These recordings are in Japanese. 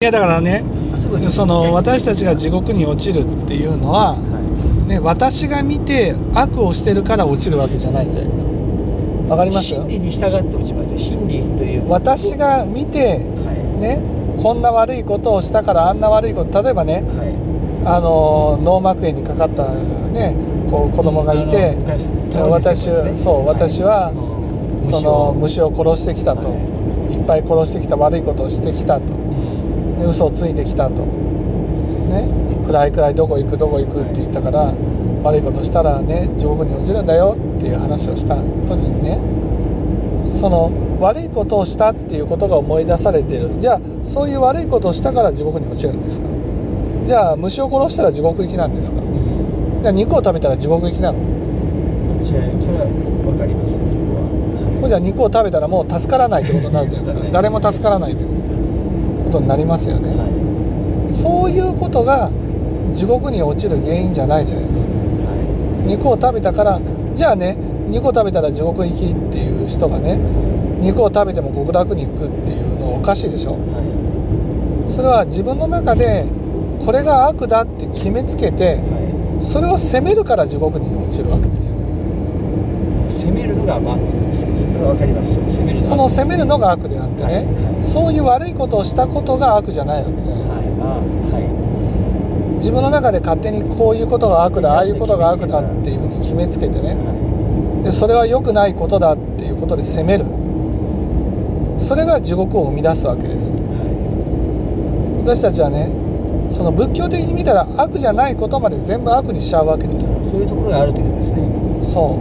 やだからね、その私たちが地獄に落ちるっていうのは、ね、私が見て悪をしてるから落ちるわけじゃないじゃないですか。わかります？ 真理に従って落ちますよ。真理という私が見て、ね、こんな悪いことをしたからあんな悪いこと、例えばね、脳膜炎にかかった、ね、子供がいて、私はその虫を殺してきたと、いっぱい殺してきた、悪いことをしてきたと、で嘘をついてきたと、ね、暗いどこ行くって言ったから、悪いことしたらね地獄に落ちるんだよっていう話をした時にね、その悪いことをしたっていうことが思い出されている。じゃあそういう悪いことをしたから地獄に落ちるんですか？じゃあ虫を殺したら地獄行きなんですか？じゃあ肉を食べたら地獄行きなの？ それは分かりますね、そこは。 じゃあ肉を食べたらもう助からないってことになるじゃないですか。誰も助からないということになりますよね。そういうことが地獄に落ちる原因じゃないじゃないですか。肉を食べたから、じゃあね、肉を食べたら地獄行きっていう人がね、肉を食べても極楽に行くっていうのはおかしいでしょ。それは自分の中でこれが悪だって決めつけて、それを責めるから地獄に落ちるわけですよ。 責めるのが悪です。それは分かります。 その責めるのが悪であってね、そういう悪いことをしたことが悪じゃないわけじゃないですか。自分の中で勝手にこういうことが悪だ、ああいうことが悪だっていうふうに決めつけてね、でそれは良くないことだっていうことで責める、それが地獄を生み出すわけですよ。私たちはね、その仏教的に見たら悪じゃないことまで全部悪にしちゃうわけです。 そういうところがあるということですね。 そう、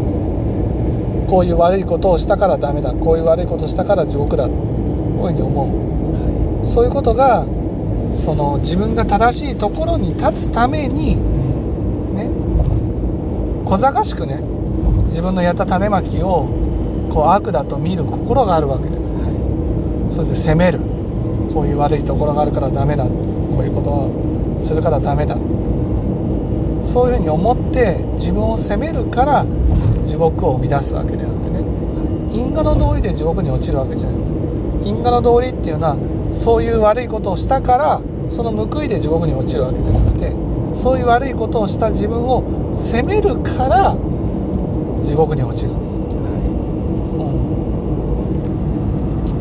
こういう悪いことをしたからダメだ、こういう悪いことをしたから地獄だ、こういうふうに思う、そういうことがその自分が正しいところに立つためにね、小賢しくね、自分のやった種まきをこう悪だと見る心があるわけです。そして責める、こういう悪いところがあるからダメだ、こういうことをするからダメだ、そういうふうに思って自分を責めるから地獄を生み出すわけであってね、因果の道理で地獄に落ちるわけじゃないです。因果の道理っていうのはそういう悪いことをしたからその報いで地獄に落ちるわけじゃなくて、そういう悪いことをした自分を責めるから地獄に落ちるんです。